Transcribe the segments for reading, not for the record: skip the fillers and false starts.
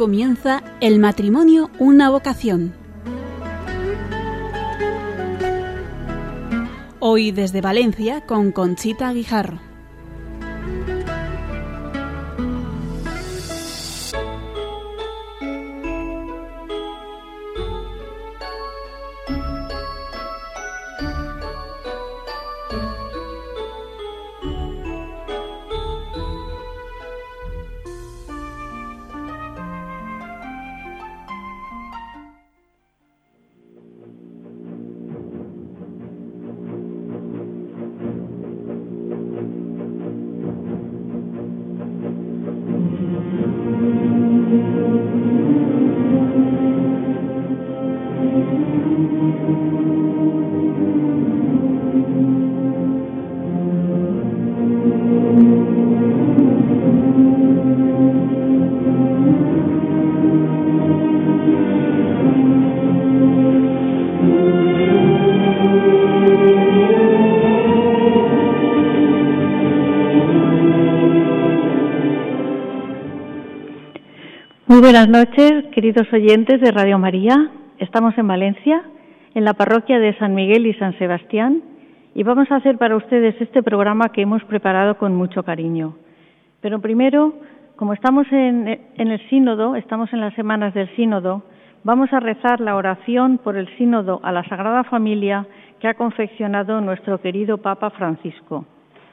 comienza El matrimonio, una vocación. Hoy desde Valencia con Conchita Guijarro. Muy buenas noches, queridos oyentes de Radio María. Estamos en Valencia, en la parroquia de San Miguel y San Sebastián, y vamos a hacer para ustedes este programa que hemos preparado con mucho cariño. Pero primero, como estamos en el sínodo, estamos en las semanas del sínodo, vamos a rezar la oración por el sínodo a la Sagrada Familia que ha confeccionado nuestro querido Papa Francisco.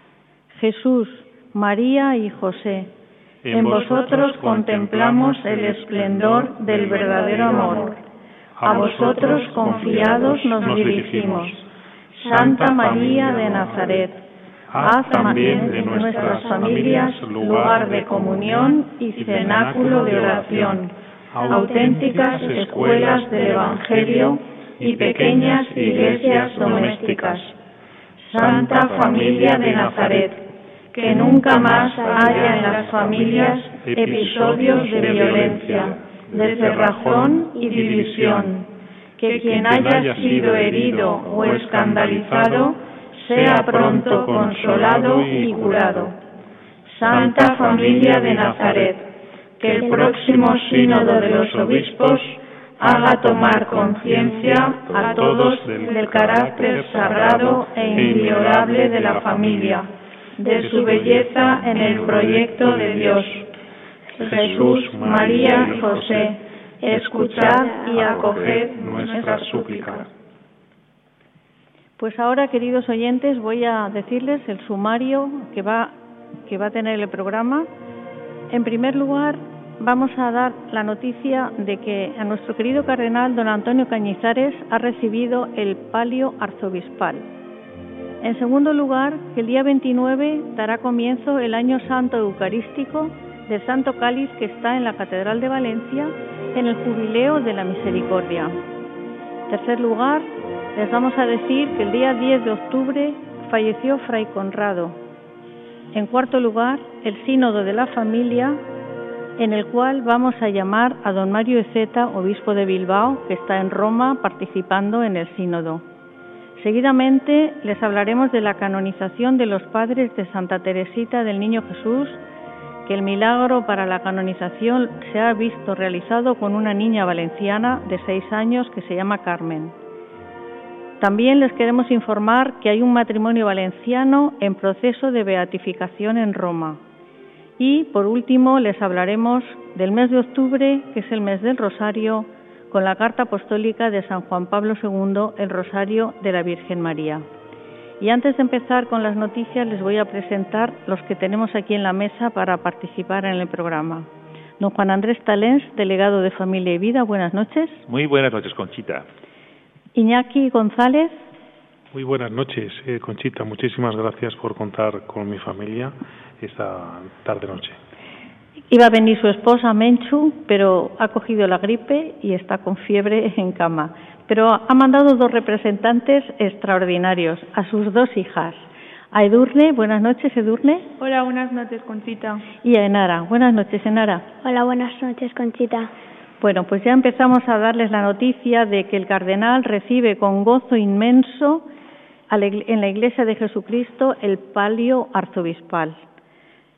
Jesús, María y José, en vosotros contemplamos el esplendor del verdadero amor. A vosotros confiados nos dirigimos. Santa María de Nazaret, haz también de nuestras familias lugar de comunión y cenáculo de oración, auténticas escuelas del Evangelio y pequeñas iglesias domésticas. Santa Familia de Nazaret, que nunca más haya en las familias episodios de violencia, de cerrazón y división, que quien haya sido herido o escandalizado sea pronto consolado y curado. Santa Familia de Nazaret, que el próximo sínodo de los obispos haga tomar conciencia a todos del carácter sagrado e inviolable de la familia, de su belleza en el proyecto de Dios. Jesús, María y José, escuchad y acoged nuestra súplica. Pues ahora, queridos oyentes, voy a decirles el sumario que va a tener el programa. En primer lugar, vamos a dar la noticia de que a nuestro querido cardenal don Antonio Cañizares ha recibido el palio arzobispal. En segundo lugar, que el día 29 dará comienzo el Año Santo Eucarístico del Santo Cáliz que está en la Catedral de Valencia en el Jubileo de la Misericordia. En tercer lugar, les vamos a decir que el día 10 de octubre falleció Fray Conrado. En cuarto lugar, el Sínodo de la Familia, en el cual vamos a llamar a don Mario Ezeta, obispo de Bilbao, que está en Roma participando en el Sínodo. Seguidamente les hablaremos de la canonización de los padres de Santa Teresita del Niño Jesús, que el milagro para la canonización se ha visto realizado con una niña valenciana de 6 años que se llama Carmen. También les queremos informar que hay un matrimonio valenciano en proceso de beatificación en Roma. Y, por último, les hablaremos del mes de octubre, que es el mes del Rosario, con la carta apostólica de San Juan Pablo II, el Rosario de la Virgen María. Y antes de empezar con las noticias, les voy a presentar los que tenemos aquí en la mesa para participar en el programa. Don Juan Andrés Talens, delegado de Familia y Vida, buenas noches. Muy buenas noches, Conchita. Iñaki González. Muy buenas noches, Conchita. Muchísimas gracias por contar con mi familia esta tarde-noche. Iba a venir su esposa, Menchu, pero ha cogido la gripe y está con fiebre en cama. Pero ha mandado 2 representantes extraordinarios, a sus 2 hijas. A Edurne, buenas noches, Edurne. Hola, buenas noches, Conchita. Y a Enara, buenas noches, Enara. Hola, buenas noches, Conchita. Bueno, pues ya empezamos a darles la noticia de que el cardenal recibe con gozo inmenso en la Iglesia de Jesucristo el palio arzobispal.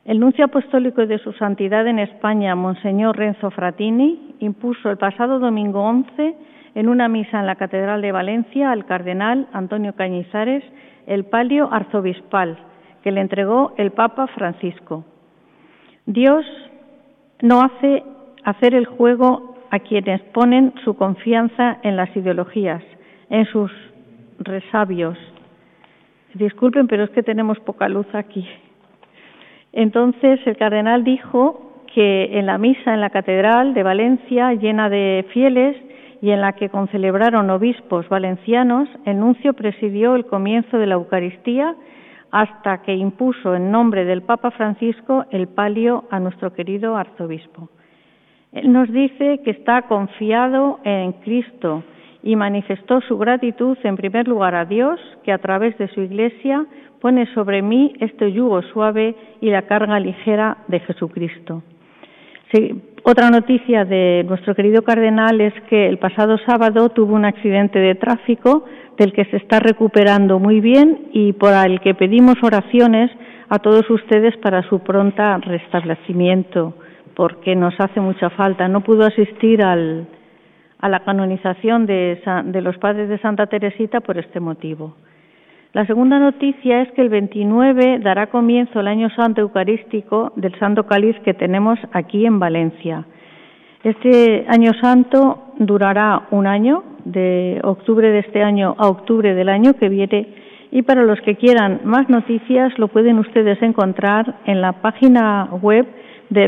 El nuncio apostólico de su santidad en España, Monseñor Renzo Frattini, impuso el pasado domingo 11, en una misa en la Catedral de Valencia, al cardenal Antonio Cañizares el palio arzobispal, que le entregó el Papa Francisco. Dios no hace hacer el juego a quienes ponen su confianza en las ideologías, en sus resabios. Disculpen, pero es que tenemos poca luz aquí. Entonces el cardenal dijo que en la misa en la Catedral de Valencia, llena de fieles y en la que concelebraron obispos valencianos, el nuncio presidió el comienzo de la Eucaristía hasta que impuso en nombre del Papa Francisco el palio a nuestro querido arzobispo. Él nos dice que está confiado en Cristo y manifestó su gratitud en primer lugar a Dios, que a través de su Iglesia pone sobre mí este yugo suave y la carga ligera de Jesucristo. Sí, otra noticia de nuestro querido cardenal es que el pasado sábado tuvo un accidente de tráfico del que se está recuperando muy bien y por el que pedimos oraciones a todos ustedes para su pronta restablecimiento, porque nos hace mucha falta. No pudo asistir a la canonización de los padres de Santa Teresita por este motivo. La segunda noticia es que el 29 dará comienzo el Año Santo Eucarístico del Santo Cáliz que tenemos aquí en Valencia. Este Año Santo durará un año, de octubre de este año a octubre del año que viene, y para los que quieran más noticias lo pueden ustedes encontrar en la página web de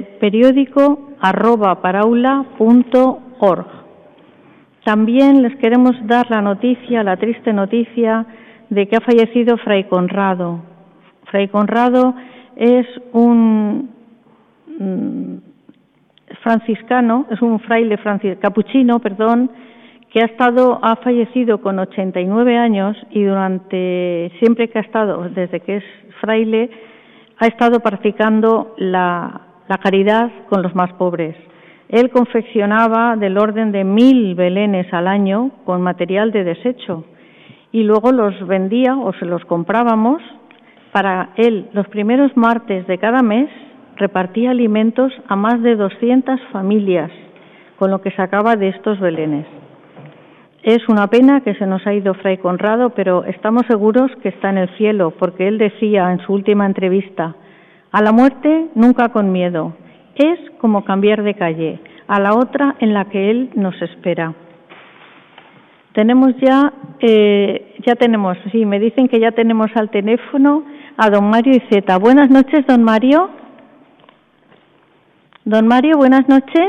periódico@paraula.org. También les queremos dar la triste noticia de que ha fallecido Fray Conrado. Fray Conrado es un franciscano, es un fraile capuchino, que ha fallecido con 89 años y desde que es fraile, ha estado practicando la caridad con los más pobres. Él confeccionaba del orden de 1000 belenes al año con material de desecho y luego los vendía o se los comprábamos para él. Los primeros martes de cada mes repartía alimentos a más de 200 familias con lo que sacaba de estos belenes. Es una pena que se nos ha ido Fray Conrado, pero estamos seguros que está en el cielo, porque él decía en su última entrevista: a la muerte nunca con miedo, es como cambiar de calle, a la otra en la que él nos espera. Me dicen que ya tenemos al teléfono a don Mario Iceta. Buenas noches, don Mario. Don Mario, buenas noches.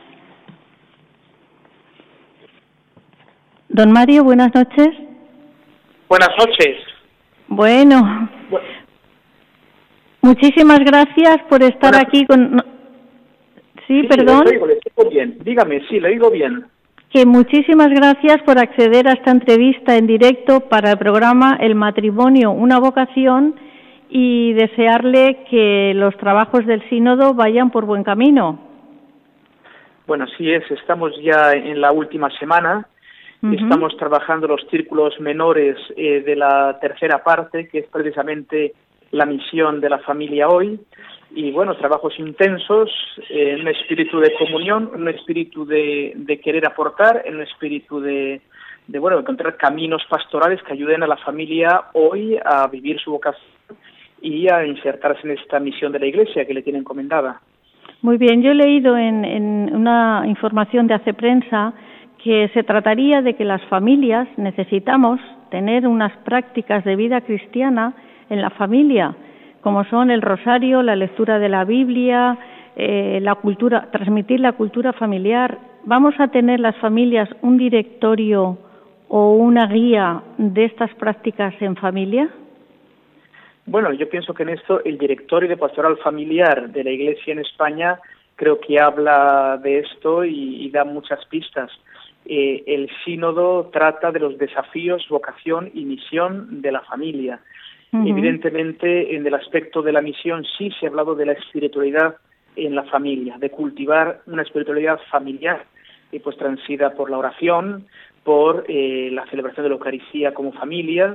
Don Mario, buenas noches. Buenas noches. Bueno. Muchísimas gracias por estar aquí con... Sí, perdón. Le oigo bien. Dígame, sí, le oigo bien. Que muchísimas gracias por acceder a esta entrevista en directo para el programa El matrimonio, una vocación, y desearle que los trabajos del sínodo vayan por buen camino. Bueno, así es, estamos ya en la última semana. Estamos trabajando los círculos menores de la tercera parte, que es precisamente la misión de la familia hoy. Y bueno, trabajos intensos, en un espíritu de comunión, en un espíritu de querer aportar, en un espíritu de encontrar caminos pastorales que ayuden a la familia hoy a vivir su vocación y a insertarse en esta misión de la Iglesia que le tiene encomendada. Muy bien, yo he leído en una información de Hace Prensa que se trataría de que las familias necesitamos tener unas prácticas de vida cristiana en la familia, como son el rosario, la lectura de la Biblia, transmitir la cultura familiar. ¿Vamos a tener las familias un directorio o una guía de estas prácticas en familia? Bueno, yo pienso que en esto el directorio de pastoral familiar de la Iglesia en España creo que habla de esto y da muchas pistas. El sínodo trata de los desafíos, vocación y misión de la familia. Evidentemente, en el aspecto de la misión sí se ha hablado de la espiritualidad en la familia, de cultivar una espiritualidad familiar, pues transida por la oración, por la celebración de la Eucaristía como familia,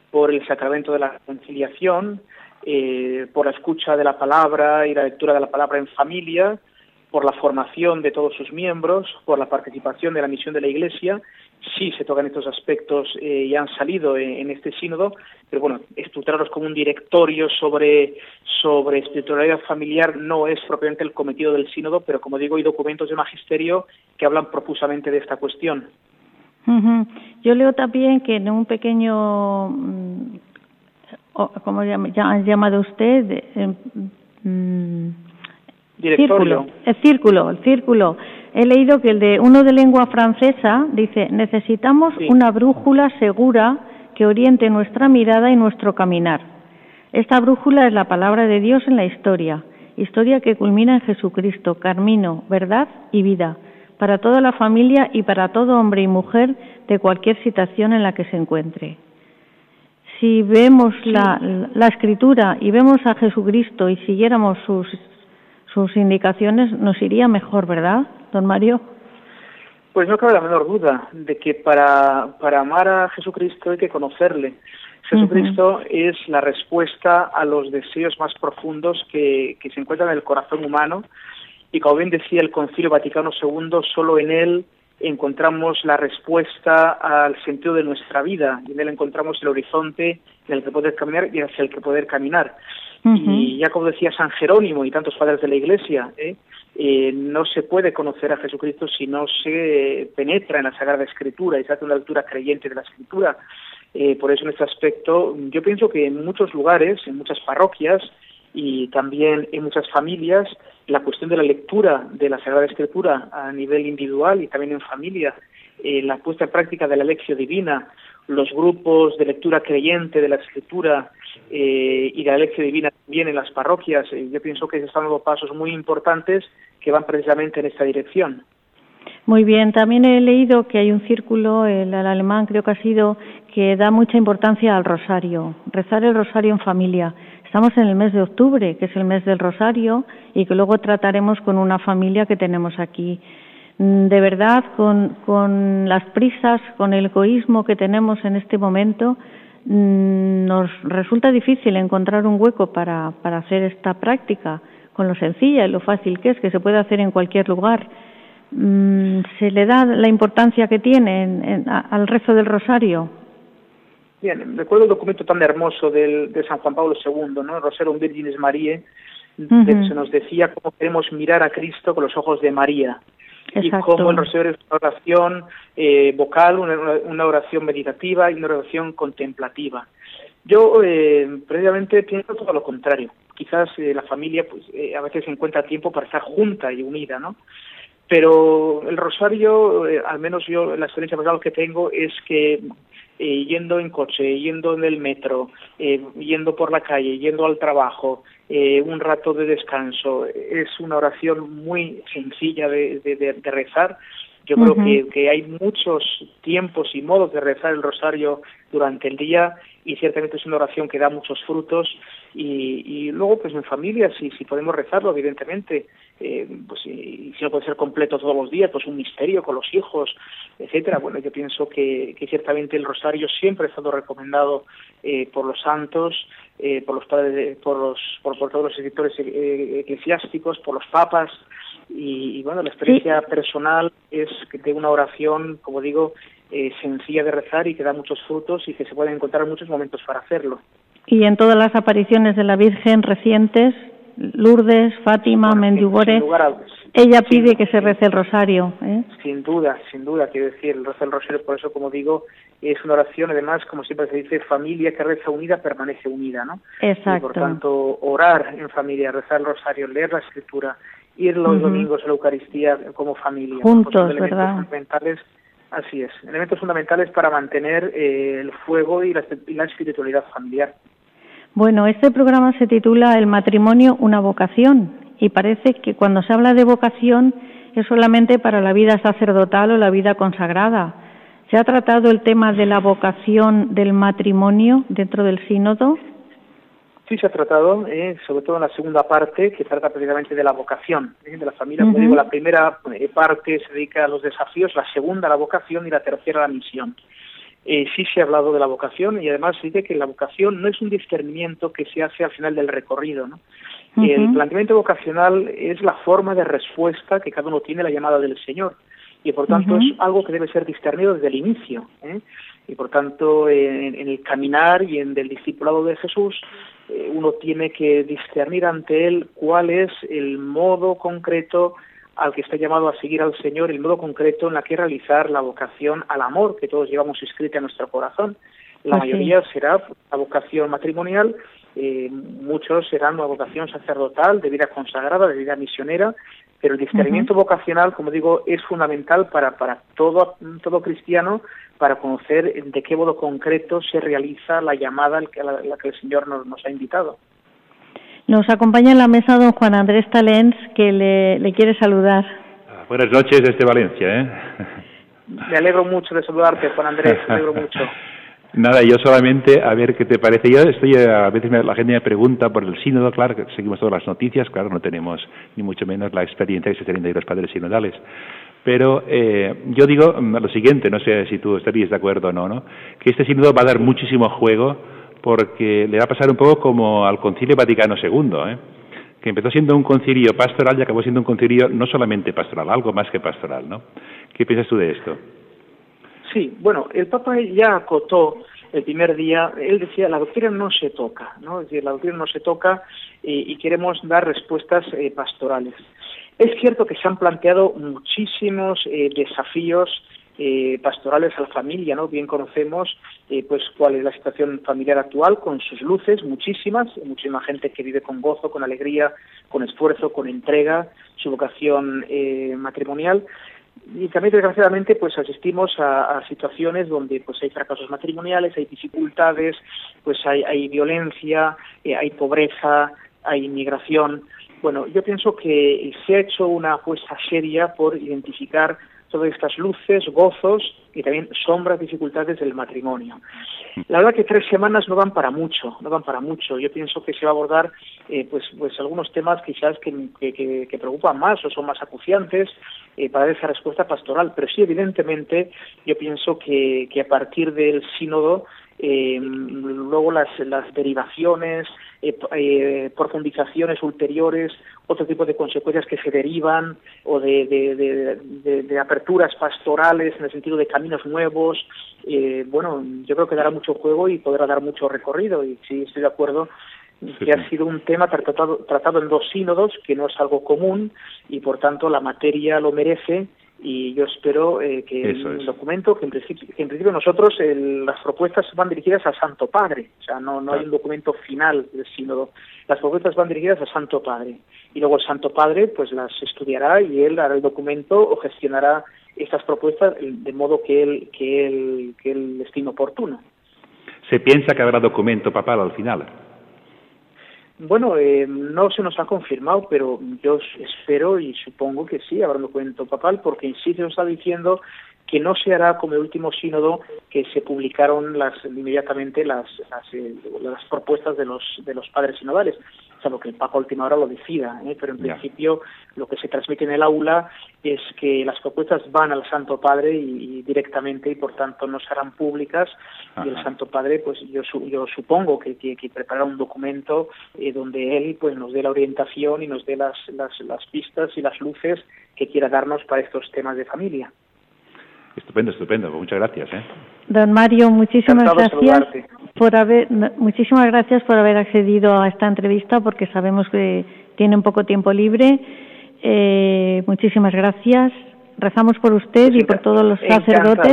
por el sacramento de la reconciliación, por la escucha de la palabra y la lectura de la palabra en familia, por la formación de todos sus miembros, por la participación de la misión de la Iglesia. Sí se tocan estos aspectos y han salido en este sínodo, pero bueno, estructurarlos como un directorio sobre espiritualidad familiar no es propiamente el cometido del sínodo, pero como digo, hay documentos de magisterio que hablan profusamente de esta cuestión. Yo leo también que en un pequeño, ¿cómo ha llamado usted? Directorio. El círculo. He leído que el de uno de lengua francesa dice: necesitamos una brújula segura que oriente nuestra mirada y nuestro caminar. Esta brújula es la palabra de Dios en la historia que culmina en Jesucristo, camino, verdad y vida, para toda la familia y para todo hombre y mujer de cualquier situación en la que se encuentre. Si vemos la Escritura y vemos a Jesucristo y siguiéramos sus indicaciones, nos iría mejor, ¿verdad, don Mario? Pues no cabe la menor duda de que para amar a Jesucristo hay que conocerle. Jesucristo es la respuesta a los deseos más profundos que se encuentran en el corazón humano, y como bien decía el Concilio Vaticano II, solo en él encontramos la respuesta al sentido de nuestra vida, y en él encontramos el horizonte en el que poder caminar y hacia el que poder caminar. Y ya como decía San Jerónimo y tantos padres de la Iglesia, no se puede conocer a Jesucristo si no se penetra en la Sagrada Escritura y se hace una lectura creyente de la Escritura. Por eso en este aspecto yo pienso que en muchos lugares, en muchas parroquias y también en muchas familias, la cuestión de la lectura de la Sagrada Escritura a nivel individual y también en familia, la puesta en práctica de la Lectio Divina, los grupos de lectura creyente de la Escritura y de la Lectio Divina también en las parroquias, yo pienso que se están dando pasos muy importantes que van precisamente en esta dirección. Muy bien, también he leído que hay un círculo, el alemán creo que ha sido, que da mucha importancia al rosario, rezar el rosario en familia. Estamos en el mes de octubre, que es el mes del rosario, y que luego trataremos con una familia que tenemos aquí. De verdad, con las prisas, con el egoísmo que tenemos en este momento, nos resulta difícil encontrar un hueco para hacer esta práctica, con lo sencilla y lo fácil que se puede hacer en cualquier lugar. ¿Se le da la importancia que tiene al rezo del rosario? Bien, recuerdo el documento tan hermoso de San Juan Pablo II, ¿no? El Rosarum Virginis Mariae, se nos decía cómo queremos mirar a Cristo con los ojos de María. Exacto. Y cómo el rosario es una oración vocal, una oración meditativa y una oración contemplativa. Yo precisamente pienso todo lo contrario. Quizás la familia a veces encuentra tiempo para estar junta y unida, ¿no? Pero el rosario, al menos yo, la experiencia personal que tengo es que yendo en coche, yendo en el metro, yendo por la calle, yendo al trabajo, un rato de descanso, es una oración muy sencilla de rezar. Yo creo que hay muchos tiempos y modos de rezar el rosario durante el día, y ciertamente es una oración que da muchos frutos, y luego pues en familia si podemos rezarlo, evidentemente, pues si no puede ser completo todos los días, pues un misterio con los hijos, etcétera. Bueno, yo pienso que ciertamente el rosario siempre ha estado recomendado por los santos, por los padres, por todos los escritores eclesiásticos, por los papas, y bueno, la experiencia personal es de una oración, como digo, sencilla de rezar y que da muchos frutos y que se pueden encontrar muchos momentos para hacerlo. Y en todas las apariciones de la Virgen recientes, Lourdes, Fátima, Medjugorje, ella pide que se rece el rosario. Sin duda, quiero decir, el rezo del rosario, por eso, como digo, es una oración, además, como siempre se dice, familia que reza unida permanece unida, ¿no? Exacto. Y por tanto, orar en familia, rezar el rosario, leer la Escritura, ir los domingos a la Eucaristía como familia. Juntos, son elementos fundamentales. Así es, elementos fundamentales para mantener el fuego y la espiritualidad familiar. Bueno, este programa se titula El matrimonio, una vocación, y parece que cuando se habla de vocación es solamente para la vida sacerdotal o la vida consagrada. ¿Se ha tratado el tema de la vocación del matrimonio dentro del sínodo? Sí, se ha tratado, sobre todo en la segunda parte, que trata precisamente de la vocación de la familia. Como digo, la primera parte se dedica a los desafíos, la segunda a la vocación y la tercera a la misión. sí se ha hablado de la vocación y además dice que la vocación no es un discernimiento que se hace al final del recorrido, ¿no? El planteamiento vocacional es la forma de respuesta que cada uno tiene a la llamada del Señor y por tanto es algo que debe ser discernido desde el inicio, y por tanto en el caminar y en el discipulado de Jesús uno tiene que discernir ante él cuál es el modo concreto al que está llamado a seguir al Señor, el modo concreto en la que realizar la vocación al amor que todos llevamos escrita en nuestro corazón. La mayoría será la vocación matrimonial, muchos serán una vocación sacerdotal, de vida consagrada, de vida misionera, pero el discernimiento vocacional, como digo, es fundamental para todo cristiano, para conocer de qué modo concreto se realiza la llamada a la que el Señor nos ha invitado. Nos acompaña en la mesa don Juan Andrés Talens, que le quiere saludar. Buenas noches desde Valencia. Me alegro mucho de saludarte, Juan Andrés, me alegro mucho. Nada, yo solamente, a ver qué te parece. Yo estoy, a veces la gente me pregunta por el sínodo, claro, que seguimos todas las noticias, claro, no tenemos ni mucho menos la experiencia que se tienen de los padres sinodales. Pero yo digo lo siguiente, no sé si tú estarías de acuerdo o no, que este sínodo va a dar muchísimo juego porque le va a pasar un poco como al Concilio Vaticano II, que empezó siendo un concilio pastoral y acabó siendo un concilio no solamente pastoral, algo más que pastoral, ¿no? ¿Qué piensas tú de esto? Sí, bueno, el Papa ya acotó el primer día, él decía, la doctrina no se toca, ¿no? Es decir, la doctrina no se toca y queremos dar respuestas pastorales. Es cierto que se han planteado muchísimos desafíos pastorales a la familia, ¿no? Bien conocemos pues cuál es la situación familiar actual con sus luces, muchísima gente que vive con gozo, con alegría, con esfuerzo, con entrega, su vocación matrimonial. Y también desgraciadamente pues asistimos a situaciones donde pues hay fracasos matrimoniales, hay dificultades, pues hay violencia, hay pobreza, hay inmigración. Bueno, yo pienso que se ha hecho una apuesta seria por identificar todas estas luces, gozos y también sombras, dificultades del matrimonio. La verdad que 3 semanas no van para mucho. Yo pienso que se va a abordar pues algunos temas quizás que preocupan más o son más acuciantes para dar esa respuesta pastoral, pero sí evidentemente yo pienso que a partir del sínodo luego las derivaciones, profundizaciones ulteriores, otro tipo de consecuencias que se derivan o de aperturas pastorales en el sentido de caminos nuevos, bueno, yo creo que dará mucho juego y podrá dar mucho recorrido y sí estoy de acuerdo que ha sido un tema tratado en 2 sínodos, que no es algo común y por tanto la materia lo merece. Y yo espero que el documento, que en principio nosotros las propuestas van dirigidas al Santo Padre, o sea, no hay un documento final del sínodo, las propuestas van dirigidas al Santo Padre, y luego el Santo Padre pues las estudiará y él hará el documento o gestionará estas propuestas de modo que él estime oportuno. ¿Se piensa que habrá documento papal al final? Bueno, no se nos ha confirmado, pero yo espero y supongo que sí, habrá un documento papal, porque sí se nos está diciendo que no se hará como el último sínodo, que se publicaron inmediatamente las propuestas de los padres sinodales, salvo que el Papa a última hora lo decida, pero en principio lo que se transmite en el aula es que las propuestas van al Santo Padre y directamente y por tanto no serán públicas. Y el Santo Padre, pues yo supongo que preparará un documento donde él pues nos dé la orientación y nos dé las pistas y las luces que quiera darnos para estos temas de familia. Estupendo, muchas gracias. Don Mario, muchísimas gracias por haber accedido a esta entrevista, porque sabemos que tiene un poco tiempo libre. Muchísimas gracias. Rezamos por usted y por todos los sacerdotes.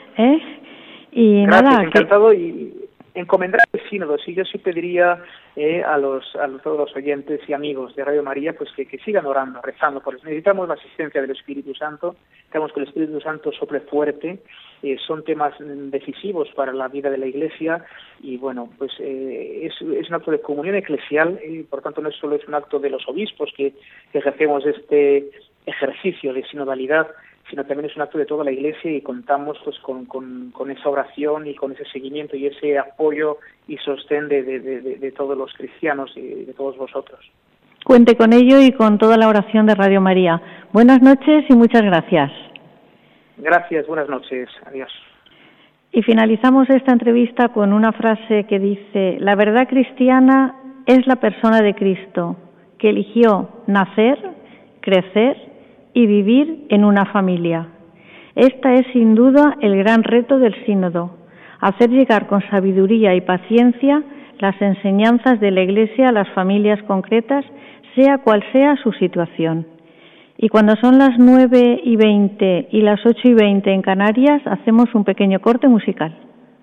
Y gracias, nada, encantado y encomendar el sínodo. Sí, yo sí pediría a todos los oyentes y amigos de Radio María pues que sigan orando, rezando, porque necesitamos la asistencia del Espíritu Santo. Queremos que el Espíritu Santo sople fuerte. Son temas decisivos para la vida de la Iglesia y bueno, pues es un acto de comunión eclesial y por tanto no solo es un acto de los obispos que ejercemos este ejercicio de sinodalidad, sino también es un acto de toda la Iglesia y contamos pues con esa oración y con ese seguimiento y ese apoyo y sostén de todos los cristianos y de todos vosotros. Cuente con ello y con toda la oración de Radio María. Buenas noches y muchas gracias. Gracias, buenas noches. Adiós. Y finalizamos esta entrevista con una frase que dice: la verdad cristiana es la persona de Cristo, que eligió nacer, crecer y vivir en una familia. Esta es sin duda el gran reto del sínodo, hacer llegar con sabiduría y paciencia las enseñanzas de la Iglesia a las familias concretas, sea cual sea su situación. Y cuando son las 9:20 y las 8:20 en Canarias, hacemos un pequeño corte musical.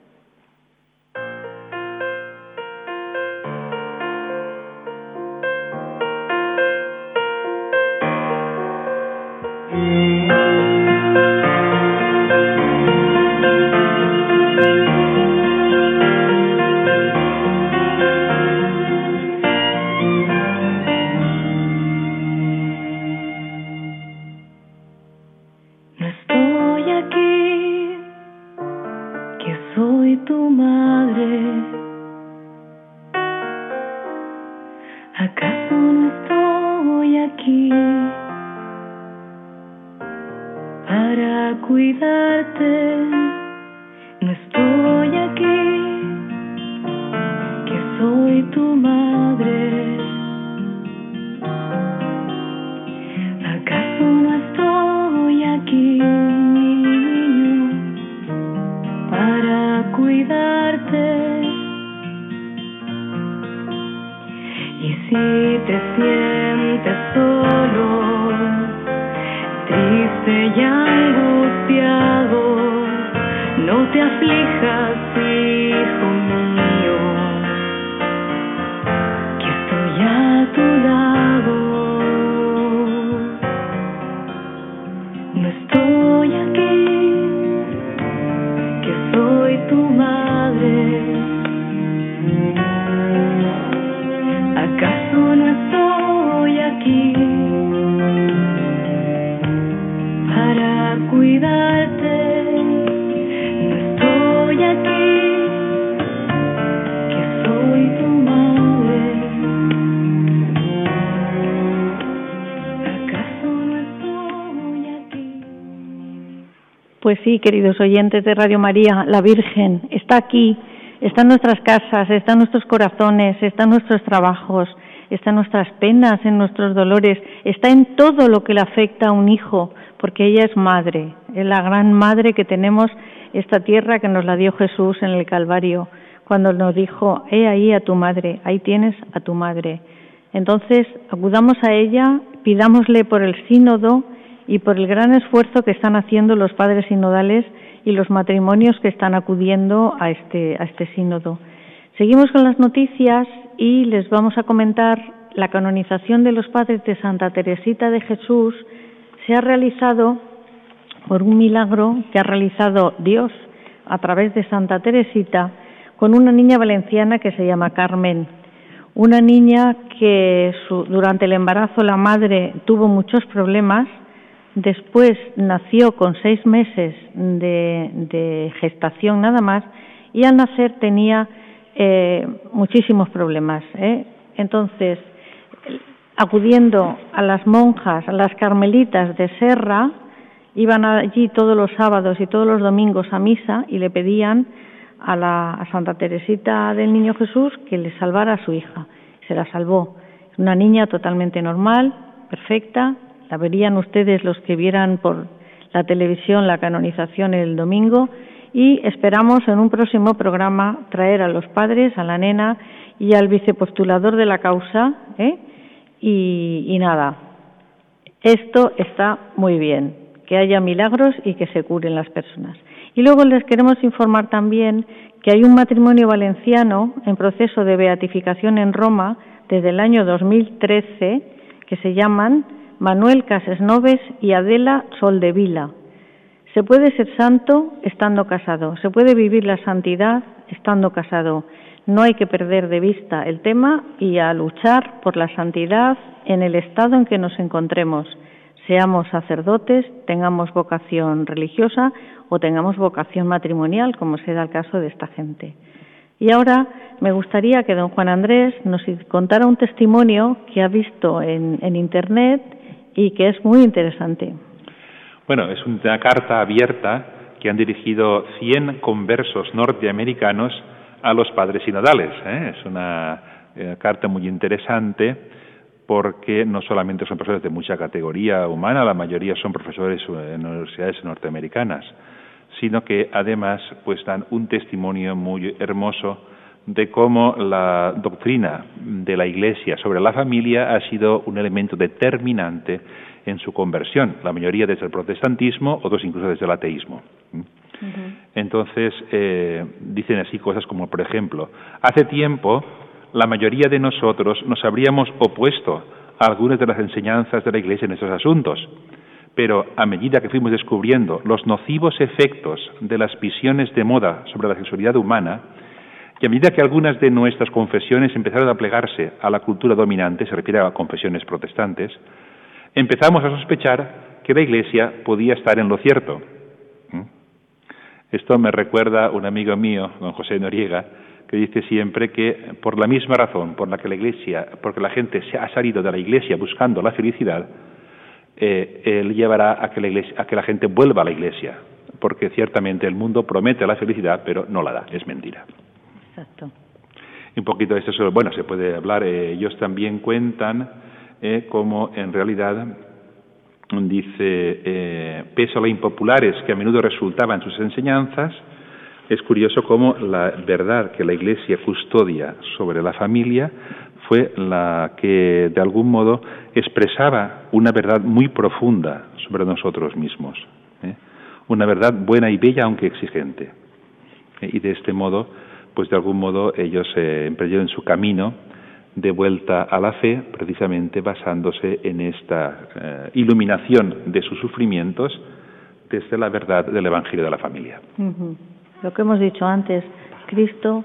Pues sí, queridos oyentes de Radio María, la Virgen está aquí, está en nuestras casas, está en nuestros corazones, está en nuestros trabajos, está en nuestras penas, en nuestros dolores, está en todo lo que le afecta a un hijo, porque ella es madre, es la gran madre que tenemos esta tierra que nos la dio Jesús en el Calvario, cuando nos dijo: he ahí a tu madre, ahí tienes a tu madre. Entonces, acudamos a ella, pidámosle por el sínodo y por el gran esfuerzo que están haciendo los padres sinodales y los matrimonios que están acudiendo a este sínodo. Seguimos con las noticias y les vamos a comentar la canonización de los padres de Santa Teresita de Jesús. Se ha realizado por un milagro que ha realizado Dios a través de Santa Teresita con una niña valenciana que se llama Carmen. Una niña que durante el embarazo la madre tuvo muchos problemas. Después nació con 6 meses de gestación nada más y al nacer tenía muchísimos problemas. Entonces, acudiendo a las monjas, a las carmelitas de Serra, iban allí todos los sábados y todos los domingos a misa y le pedían a Santa Teresita del Niño Jesús que le salvara a su hija. Se la salvó. Es una niña totalmente normal, perfecta. La verían ustedes los que vieran por la televisión la canonización el domingo y esperamos en un próximo programa traer a los padres, a la nena y al vicepostulador de la causa, y nada, esto está muy bien, que haya milagros y que se curen las personas. Y luego les queremos informar también que hay un matrimonio valenciano en proceso de beatificación en Roma desde el año 2013 que se llaman Manuel Casesnoves y Adela Soldevila. Se puede ser santo estando casado, se puede vivir la santidad estando casado. No hay que perder de vista el tema y a luchar por la santidad en el estado en que nos encontremos. Seamos sacerdotes, tengamos vocación religiosa o tengamos vocación matrimonial, como será el caso de esta gente. Y ahora me gustaría que don Juan Andrés nos contara un testimonio que ha visto en Internet y que es muy interesante. Bueno, es una carta abierta que han dirigido 100 conversos norteamericanos a los padres sinodales. Es una carta muy interesante porque no solamente son profesores de mucha categoría humana, la mayoría son profesores en universidades norteamericanas, sino que además pues dan un testimonio muy hermoso de cómo la doctrina de la Iglesia sobre la familia ha sido un elemento determinante en su conversión, la mayoría desde el protestantismo, otros incluso desde el ateísmo. Entonces, dicen así cosas como, por ejemplo, hace tiempo la mayoría de nosotros nos habríamos opuesto a algunas de las enseñanzas de la Iglesia en estos asuntos, pero a medida que fuimos descubriendo los nocivos efectos de las visiones de moda sobre la sexualidad humana, y a medida que algunas de nuestras confesiones empezaron a plegarse a la cultura dominante, se refiere a confesiones protestantes, empezamos a sospechar que la Iglesia podía estar en lo cierto. Esto me recuerda un amigo mío, don José Noriega, que dice siempre que por la misma razón por la que porque la gente se ha salido de la Iglesia buscando la felicidad, él llevará a que la gente vuelva a la Iglesia, porque ciertamente el mundo promete la felicidad, pero no la da, es mentira. Exacto. Un poquito de esto, bueno, se puede hablar. Ellos también cuentan cómo en realidad, dice, pese a lo impopulares que a menudo resultaban sus enseñanzas, es curioso cómo la verdad que la Iglesia custodia sobre la familia fue la que de algún modo expresaba una verdad muy profunda sobre nosotros mismos, una verdad buena y bella aunque exigente. Y de este modo, pues de algún modo ellos emprendieron su camino de vuelta a la fe, precisamente basándose en esta iluminación de sus sufrimientos desde la verdad del Evangelio de la familia. Lo que hemos dicho antes, Cristo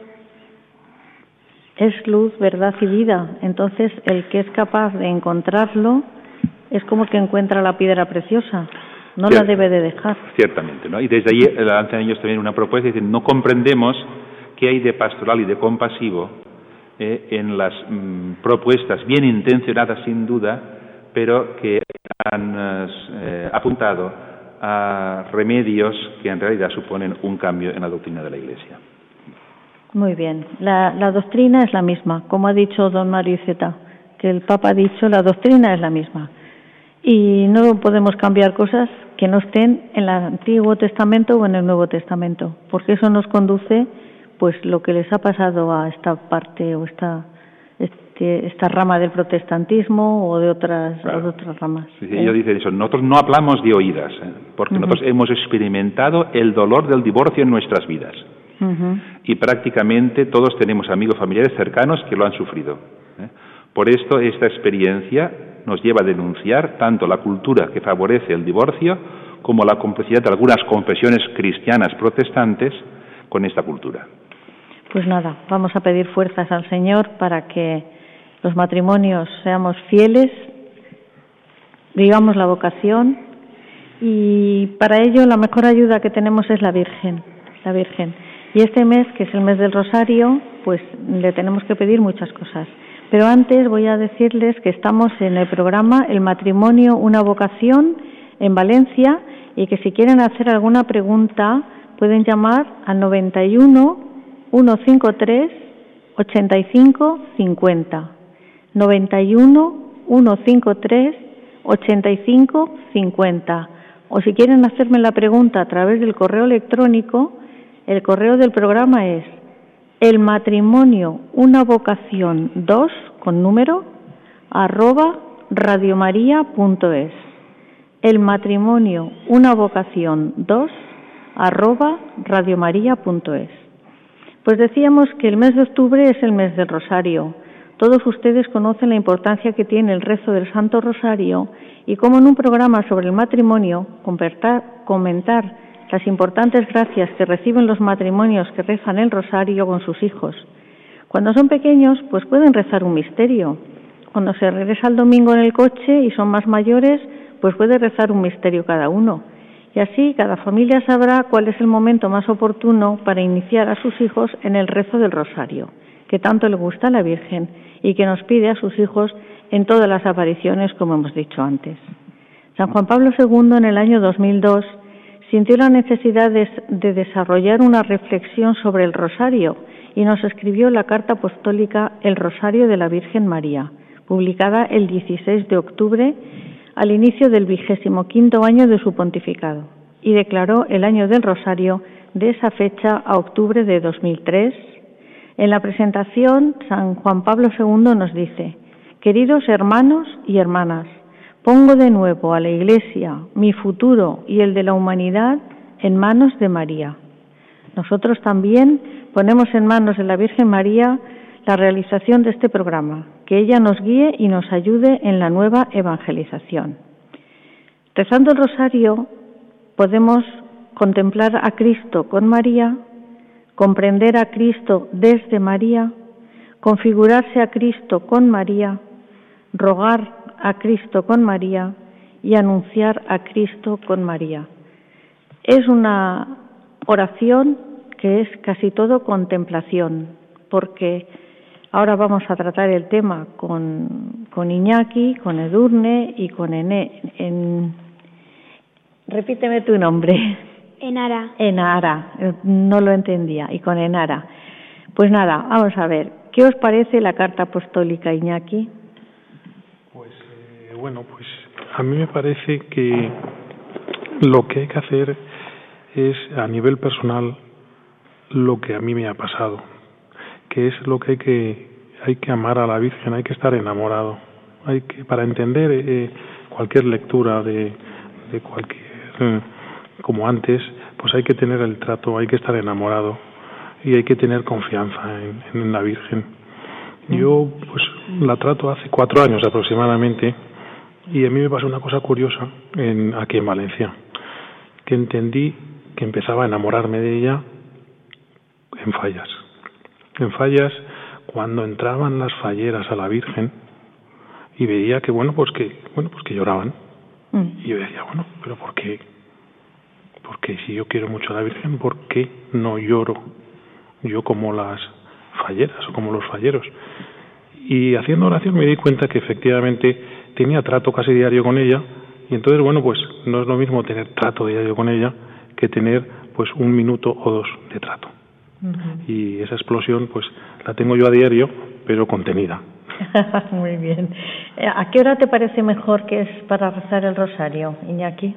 es luz, verdad y vida. Entonces, el que es capaz de encontrarlo es como el que encuentra la piedra preciosa. No la debe de dejar. Ciertamente, ¿no? Y desde allí lanzan ellos también una propuesta, dicen, no comprendemos qué hay de pastoral y de compasivo en las propuestas bien intencionadas sin duda, pero que han apuntado a remedios que en realidad suponen un cambio en la doctrina de la Iglesia. Muy bien. La doctrina es la misma, como ha dicho don Mario Iceta, que el Papa ha dicho, la doctrina es la misma. Y no podemos cambiar cosas que no estén en el Antiguo Testamento o en el Nuevo Testamento, porque eso nos conduce, pues, lo que les ha pasado a esta parte o esta rama del protestantismo o de otras, claro, o de otras ramas. Sí, ellos dicen eso, nosotros no hablamos de oídas, porque nosotros hemos experimentado el dolor del divorcio en nuestras vidas. Y prácticamente todos tenemos amigos familiares cercanos que lo han sufrido. Por esto, esta experiencia nos lleva a denunciar tanto la cultura que favorece el divorcio como la complicidad de algunas confesiones cristianas protestantes con esta cultura. Pues nada, vamos a pedir fuerzas al Señor para que los matrimonios seamos fieles, vivamos la vocación, y para ello la mejor ayuda que tenemos es la Virgen. Y este mes, que es el mes del Rosario, pues le tenemos que pedir muchas cosas. Pero antes voy a decirles que estamos en el programa El matrimonio, una vocación, en Valencia, y que si quieren hacer alguna pregunta pueden llamar al 91 153 85 50. 91 153 85 50. O si quieren hacerme la pregunta a través del correo electrónico, el correo del programa es el matrimonio una vocación 2 con número @radiomaria.es. El matrimonio una vocación 2 @radiomaria.es. Pues decíamos que el mes de octubre es el mes del Rosario. Todos ustedes conocen la importancia que tiene el rezo del Santo Rosario y cómo en un programa sobre el matrimonio comentar las importantes gracias que reciben los matrimonios que rezan el Rosario con sus hijos. Cuando son pequeños, pues pueden rezar un misterio. Cuando se regresa el domingo en el coche y son más mayores, pues puede rezar un misterio cada uno. Y así cada familia sabrá cuál es el momento más oportuno para iniciar a sus hijos en el rezo del Rosario, que tanto le gusta a la Virgen y que nos pide a sus hijos en todas las apariciones, como hemos dicho antes. San Juan Pablo II, en el año 2002, sintió la necesidad de desarrollar una reflexión sobre el rosario y nos escribió la carta apostólica El Rosario de la Virgen María, publicada el 16 de octubre al inicio del 25º año de su pontificado, y declaró el año del Rosario de esa fecha a octubre de 2003. En la presentación, San Juan Pablo II nos dice: queridos hermanos y hermanas, pongo de nuevo a la Iglesia, mi futuro y el de la humanidad en manos de María. Nosotros también ponemos en manos de la Virgen María la realización de este programa, que ella nos guíe y nos ayude en la nueva evangelización. Rezando el rosario podemos contemplar a Cristo con María, comprender a Cristo desde María, configurarse a Cristo con María, rogar a Cristo con María y anunciar a Cristo con María. Es una oración que es casi todo contemplación, porque ahora vamos a tratar el tema con Iñaki, con Edurne y con repíteme tu nombre. Enara. Enara, no lo entendía, y con Enara. Pues nada, vamos a ver, ¿qué os parece la carta apostólica, Iñaki? Pues pues a mí me parece que lo que hay que hacer es, a nivel personal, lo que a mí me ha pasado, que es lo que hay que amar a la Virgen, hay que estar enamorado, para entender cualquier lectura de cualquier, como antes, pues hay que tener el trato, hay que estar enamorado y hay que tener confianza en la Virgen. Yo pues la trato hace 4 años aproximadamente, y a mí me pasó una cosa curiosa aquí en Valencia, que entendí que empezaba a enamorarme de ella en fallas, cuando entraban las falleras a la Virgen y veía que que lloraban. Y yo decía, pero ¿por qué? Porque si yo quiero mucho a la Virgen, ¿por qué no lloro yo como las falleras o como los falleros? Y haciendo oración me di cuenta que efectivamente tenía trato casi diario con ella, y entonces pues no es lo mismo tener trato diario con ella que tener pues 1 minuto o 2 de trato. Y esa explosión pues la tengo yo a diario, pero contenida. Muy bien. ¿A qué hora te parece mejor que es para rezar el rosario, Iñaki?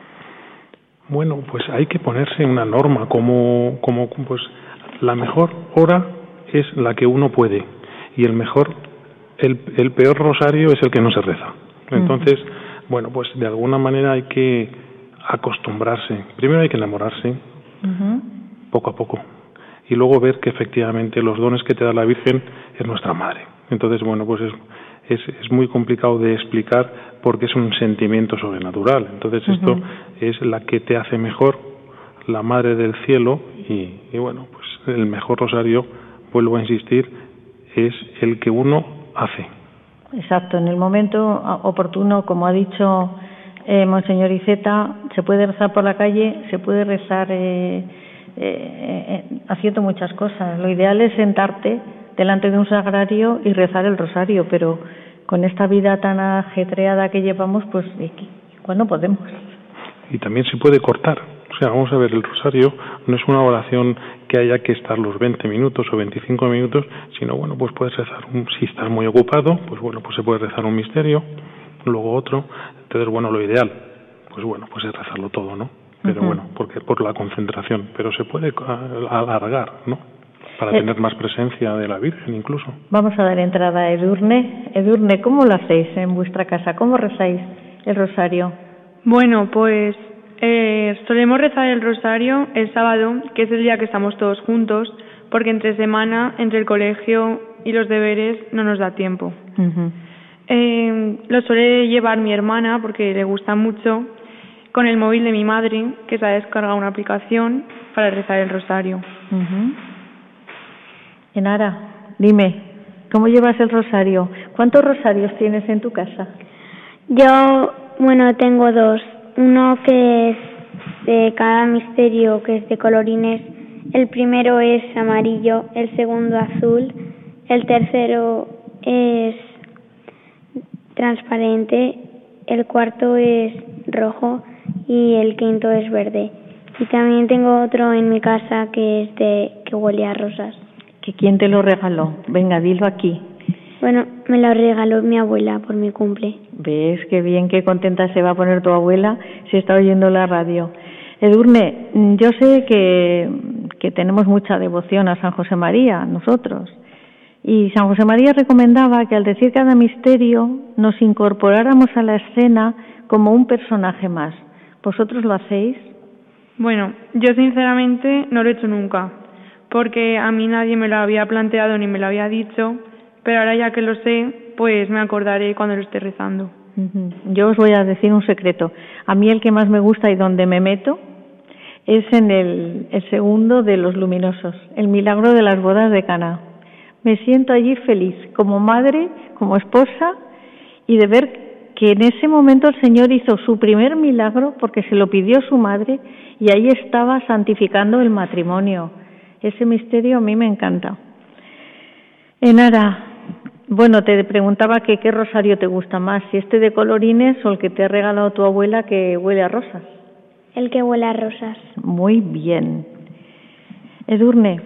Bueno, pues hay que ponerse una norma, como pues la mejor hora es la que uno puede, y el peor rosario es el que no se reza. Entonces, pues de alguna manera hay que acostumbrarse. Primero hay que enamorarse, poco a poco, y luego ver que efectivamente los dones que te da la Virgen es nuestra madre. Entonces, pues es muy complicado de explicar porque es un sentimiento sobrenatural. Entonces esto es la que te hace mejor, la Madre del Cielo, y pues el mejor rosario, vuelvo a insistir, es el que uno hace. Exacto, en el momento oportuno, como ha dicho Monseñor Iceta, se puede rezar por la calle, se puede rezar haciendo muchas cosas. Lo ideal es sentarte delante de un sagrario y rezar el rosario, pero con esta vida tan ajetreada que llevamos, pues ¿cuándo podemos? Y también se puede cortar. O sea, vamos a ver, el rosario no es una oración que haya que estar los 20 minutos o 25 minutos, sino pues puedes rezar, si estás muy ocupado, pues se puede rezar un misterio, luego otro. Entonces, lo ideal, pues es rezarlo todo, ¿no? Pero porque por la concentración, pero se puede alargar, ¿no? Para tener más presencia de la Virgen incluso. Vamos a dar entrada a Edurne. Edurne, ¿cómo lo hacéis en vuestra casa? ¿Cómo rezáis el rosario? Bueno, pues solemos rezar el rosario el sábado, que es el día que estamos todos juntos, porque entre semana, entre el colegio y los deberes, no nos da tiempo. Lo suele llevar mi hermana, porque le gusta mucho, con el móvil de mi madre, que se ha descargado una aplicación para rezar el rosario. Enara, dime, ¿cómo llevas el rosario? ¿Cuántos rosarios tienes en tu casa? Yo, tengo 2. Uno que es de cada misterio, que es de colorines. El primero es amarillo, el segundo azul, el tercero es transparente, el cuarto es rojo y el quinto es verde. Y también tengo otro en mi casa que huele a rosas. ¿Que quién te lo regaló? Venga, dilo aquí. Bueno, me lo regaló mi abuela por mi cumple. ¿Ves qué bien, qué contenta se va a poner tu abuela si está oyendo la radio? Edurne, yo sé que tenemos mucha devoción a San José María, nosotros. Y San José María recomendaba que al decir cada misterio nos incorporáramos a la escena como un personaje más. ¿Vosotros lo hacéis? Bueno, yo sinceramente no lo he hecho nunca, porque a mí nadie me lo había planteado ni me lo había dicho, pero ahora ya que lo sé, pues me acordaré cuando lo esté rezando. Yo os voy a decir un secreto. A mí el que más me gusta y donde me meto es en el segundo de los luminosos, el milagro de las bodas de Caná. Me siento allí feliz, como madre, como esposa, y de ver que en ese momento el Señor hizo su primer milagro porque se lo pidió su madre y ahí estaba santificando el matrimonio. Ese misterio a mí me encanta. Enara, bueno, te preguntaba que qué rosario te gusta más, si este de colorines o el que te ha regalado tu abuela que huele a rosas. El que huele a rosas. Muy bien. Edurne,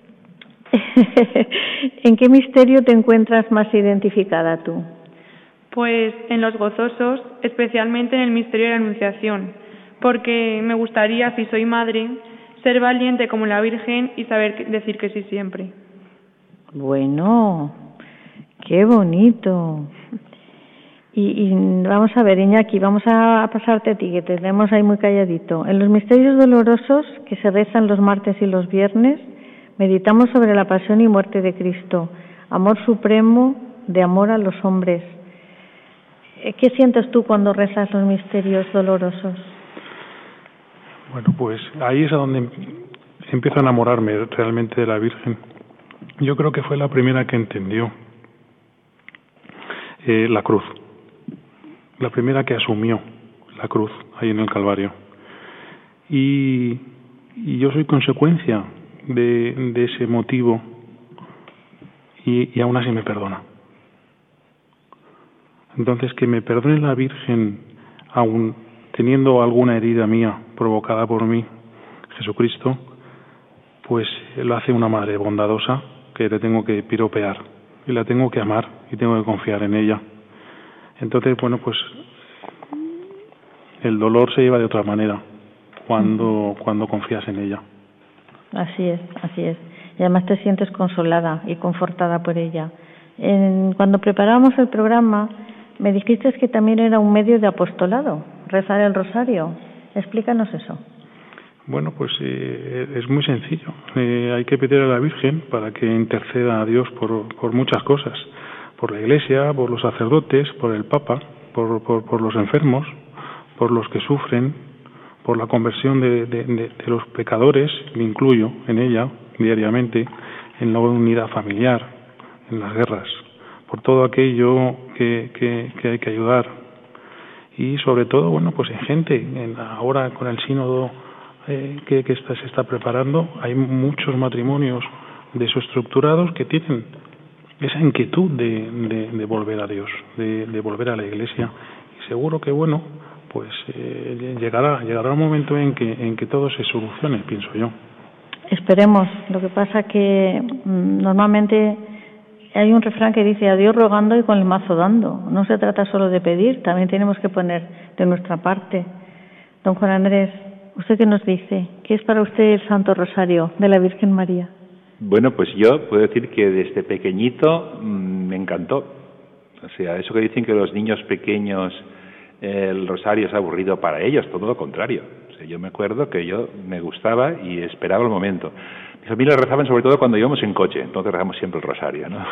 ¿en qué misterio te encuentras más identificada tú? Pues en los gozosos, especialmente en el misterio de la Anunciación, porque me gustaría, si soy madre, ser valiente como la Virgen y saber decir que sí siempre. Bueno, qué bonito. Y vamos a ver, Iñaki, vamos a pasarte a ti, que te tenemos ahí muy calladito. En los misterios dolorosos que se rezan los martes y los viernes, meditamos sobre la pasión y muerte de Cristo, amor supremo de amor a los hombres. ¿Qué sientes tú cuando rezas los misterios dolorosos? Bueno, pues ahí es a donde empiezo a enamorarme realmente de la Virgen. Yo creo que fue la primera que entendió la cruz, la primera que asumió la cruz ahí en el Calvario. Y yo soy consecuencia de ese motivo y aún así me perdona. Entonces, que me perdone la Virgen, aun teniendo alguna herida mía provocada por mí, Jesucristo, pues lo hace una madre bondadosa que le tengo que piropear y la tengo que amar y tengo que confiar en ella. Entonces, bueno, pues el dolor se lleva de otra manera cuando confías en ella. Así es, así es. Y además te sientes consolada y confortada por ella. Cuando preparábamos el programa, me dijiste que también era un medio de apostolado, rezar el rosario. Explícanos eso. Bueno, pues es muy sencillo. Hay que pedir a la Virgen para que interceda a Dios por muchas cosas. Por la Iglesia, por los sacerdotes, por el Papa, por los enfermos, por los que sufren, por la conversión de los pecadores, me incluyo en ella diariamente, en la unidad familiar, en las guerras, por todo aquello que hay que ayudar. Y sobre todo, bueno, pues en gente, ahora con el sínodo que se está preparando, hay muchos matrimonios desestructurados que tienen esa inquietud de volver a Dios, de volver a la Iglesia. Y seguro que, bueno, pues llegará un momento en que todo se solucione, pienso yo. Esperemos. Lo que pasa que normalmente hay un refrán que dice: a Dios rogando y con el mazo dando. No se trata solo de pedir, también tenemos que poner de nuestra parte. Don Juan Andrés, ¿usted qué nos dice? ¿Qué es para usted el Santo Rosario de la Virgen María? Bueno, pues yo puedo decir que desde pequeñito me encantó. O sea, eso que dicen que los niños pequeños el rosario es aburrido para ellos, todo lo contrario. O sea, yo me acuerdo que yo me gustaba y esperaba el momento. Mis familias rezaban sobre todo cuando íbamos en coche, entonces rezamos siempre el rosario, ¿no?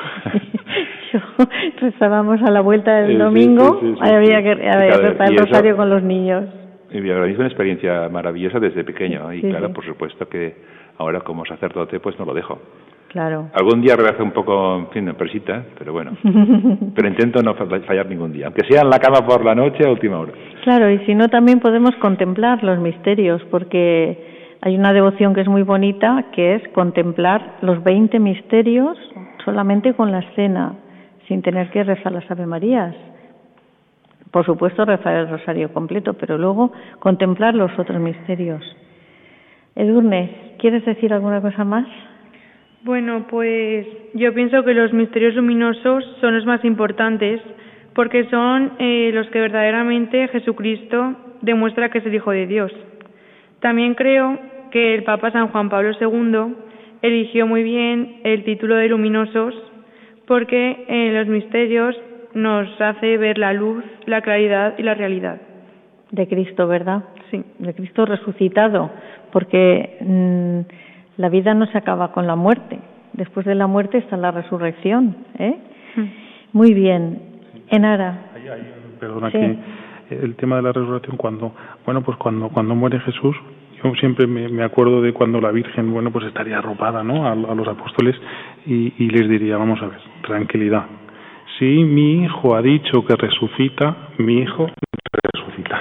Rezábamos a la vuelta del domingo, había que rezar el rosario con los niños. Y para mí fue una experiencia maravillosa desde pequeño, y claro, por supuesto que ahora como sacerdote pues no lo dejo. Claro. Algún día rezo un poco, en fin, en persita, pero bueno. Pero intento no fallar ningún día, aunque sea en la cama por la noche a última hora. Claro, y si no también podemos contemplar los misterios, porque hay una devoción que es muy bonita, que es contemplar los 20 misterios solamente con la escena, sin tener que rezar las Ave Marías. por supuesto rezar el rosario completo, pero luego contemplar los otros misterios. Edurne, ¿quieres decir alguna cosa más? Bueno, pues yo pienso que los misterios luminosos son los más importantes porque son los que verdaderamente Jesucristo demuestra que es el Hijo de Dios. También creo que el Papa San Juan Pablo II eligió muy bien el título de luminosos porque los misterios nos hace ver la luz, la claridad y la realidad. De Cristo, ¿verdad? Sí. De Cristo resucitado, porque la vida no se acaba con la muerte. Después de la muerte está la resurrección, ¿eh? Muy bien. Enara. Perdona, sí. Que el tema de la resurrección, cuando muere Jesús, yo siempre me acuerdo de cuando la Virgen, pues estaría arropada, ¿no?, a los apóstoles y les diría, vamos a ver, tranquilidad. Si mi hijo ha dicho que resucita, mi hijo resucita.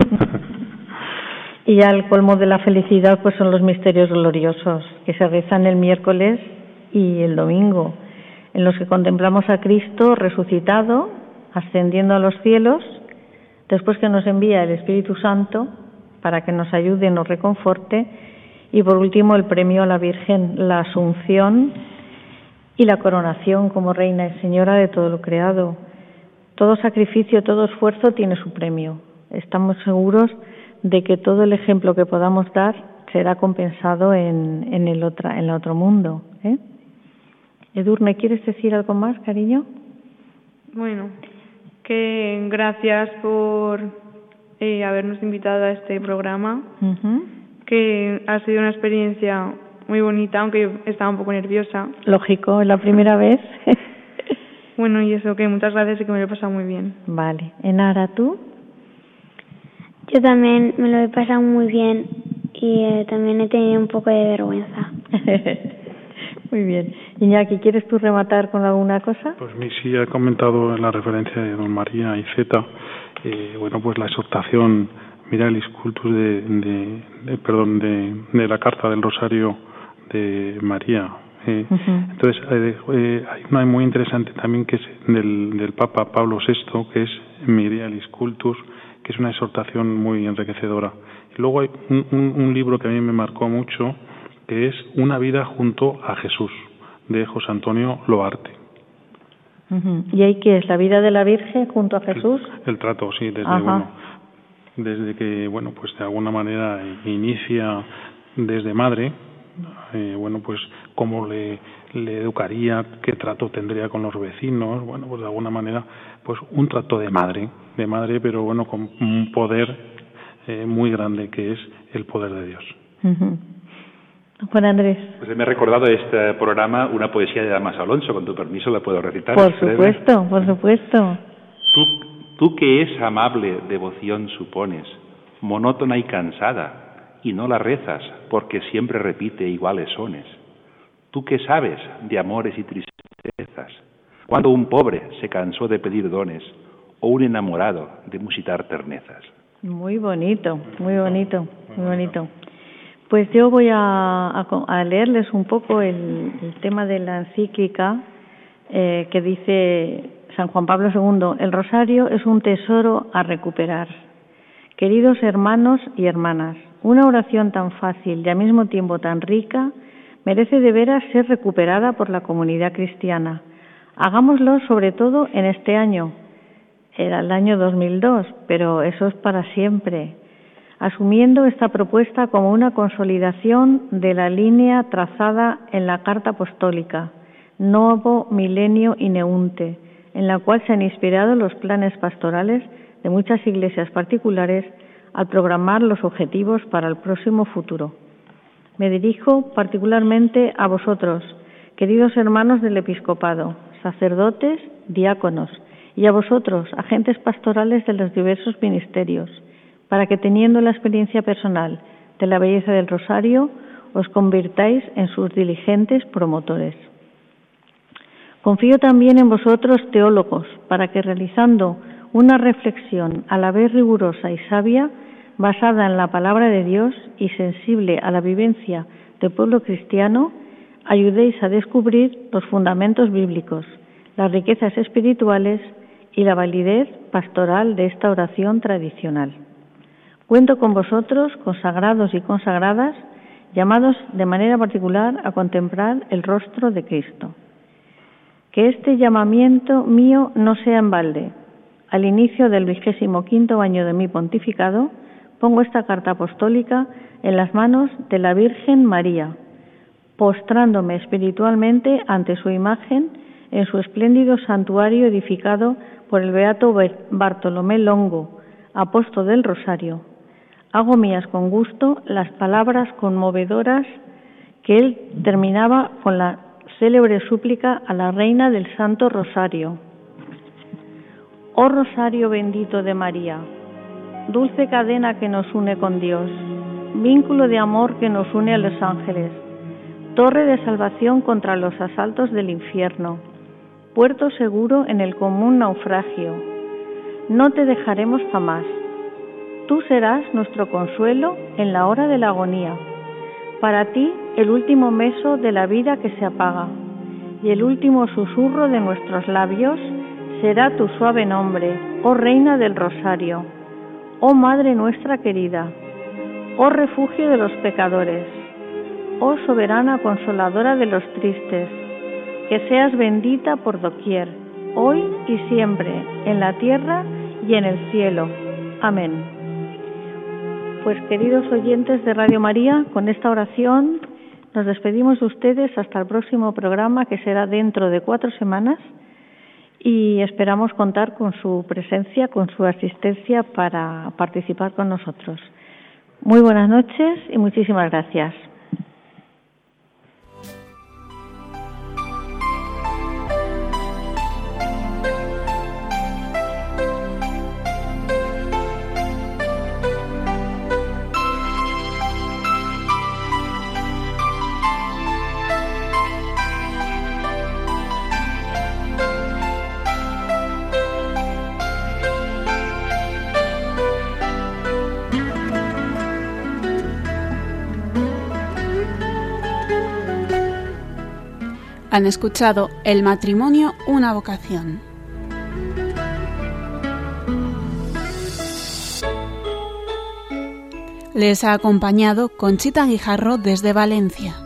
Y ya el colmo de la felicidad pues son los misterios gloriosos que se rezan el miércoles y el domingo, en los que contemplamos a Cristo resucitado, ascendiendo a los cielos, después que nos envía el Espíritu Santo para que nos ayude, nos reconforte, y por último el premio a la Virgen, la Asunción y la coronación como Reina y Señora de todo lo creado. Todo sacrificio, todo esfuerzo tiene su premio. Estamos seguros de que todo el ejemplo que podamos dar será compensado en el otro mundo, ¿eh? Edurne, ¿quieres decir algo más, cariño? Bueno, que gracias por habernos invitado a este programa, que ha sido una experiencia muy bonita, aunque yo estaba un poco nerviosa. Lógico, es la primera vez. Bueno, y eso, que muchas gracias y que me lo he pasado muy bien. Vale. Enara, ¿tú? Yo también me lo he pasado muy bien y también he tenido un poco de vergüenza. Muy bien. Iñaki, ¿quieres tú rematar con alguna cosa? Pues sí, he comentado en la referencia de Don María y Zeta, pues la exhortación Miralis Cultus de la Carta del Rosario de María. Entonces, hay una muy interesante también que es del Papa Pablo VI, que es Miralis Cultus, que es una exhortación muy enriquecedora. Y luego hay un libro que a mí me marcó mucho, que es Una vida junto a Jesús, de José Antonio Loarte. ¿Y ahí qué es? ¿La vida de la Virgen junto a Jesús? El trato, sí, desde que, pues de alguna manera inicia desde madre, pues cómo le educaría, qué trato tendría con los vecinos, pues de alguna manera, pues un trato de madre, pero con un poder muy grande que es el poder de Dios. Juan Andrés. Pues me he recordado de este programa una poesía de Damas Alonso, con tu permiso la puedo recitar. Por supuesto. Tú que es amable devoción supones, monótona y cansada, y no la rezas porque siempre repite iguales sones. Tú que sabes de amores y tristezas, cuando un pobre se cansó de pedir dones, o un enamorado de musitar ternezas. Muy bonito. Pues yo voy a leerles un poco el tema de la encíclica que dice San Juan Pablo II: el rosario es un tesoro a recuperar. Queridos hermanos y hermanas, una oración tan fácil y al mismo tiempo tan rica merece de veras ser recuperada por la comunidad cristiana. Hagámoslo sobre todo en este año. Era el año 2002, pero eso es para siempre. Asumiendo esta propuesta como una consolidación de la línea trazada en la Carta Apostólica, Novo Milenio Ineunte, en la cual se han inspirado los planes pastorales de muchas iglesias particulares al programar los objetivos para el próximo futuro. Me dirijo particularmente a vosotros, queridos hermanos del episcopado, sacerdotes, diáconos, y a vosotros, agentes pastorales de los diversos ministerios, para que teniendo la experiencia personal de la belleza del rosario, os convirtáis en sus diligentes promotores. Confío también en vosotros, teólogos, para que realizando una reflexión a la vez rigurosa y sabia, basada en la palabra de Dios y sensible a la vivencia del pueblo cristiano, ayudéis a descubrir los fundamentos bíblicos, las riquezas espirituales y la validez pastoral de esta oración tradicional. Cuento con vosotros, consagrados y consagradas, llamados de manera particular a contemplar el rostro de Cristo. Que este llamamiento mío no sea en balde. Al inicio del 25º año de mi pontificado, pongo esta carta apostólica en las manos de la Virgen María, postrándome espiritualmente ante su imagen en su espléndido santuario edificado por el beato Bartolomé Longo, apóstol del Rosario. Hago mías con gusto las palabras conmovedoras que él terminaba con la célebre súplica a la Reina del Santo Rosario. Oh Rosario bendito de María, dulce cadena que nos une con Dios, vínculo de amor que nos une a los ángeles, torre de salvación contra los asaltos del infierno, puerto seguro en el común naufragio. No te dejaremos jamás. Tú serás nuestro consuelo en la hora de la agonía. Para ti, el último meso de la vida que se apaga, y el último susurro de nuestros labios será tu suave nombre, oh Reina del Rosario, oh Madre nuestra querida, oh refugio de los pecadores, oh soberana consoladora de los tristes, que seas bendita por doquier, hoy y siempre, en la tierra y en el cielo. Amén. Pues queridos oyentes de Radio María, con esta oración nos despedimos de ustedes hasta el próximo programa, que será dentro de 4 semanas, y esperamos contar con su presencia, con su asistencia para participar con nosotros. Muy buenas noches y muchísimas gracias. Han escuchado El matrimonio, una vocación. Les ha acompañado Conchita Guijarro desde Valencia.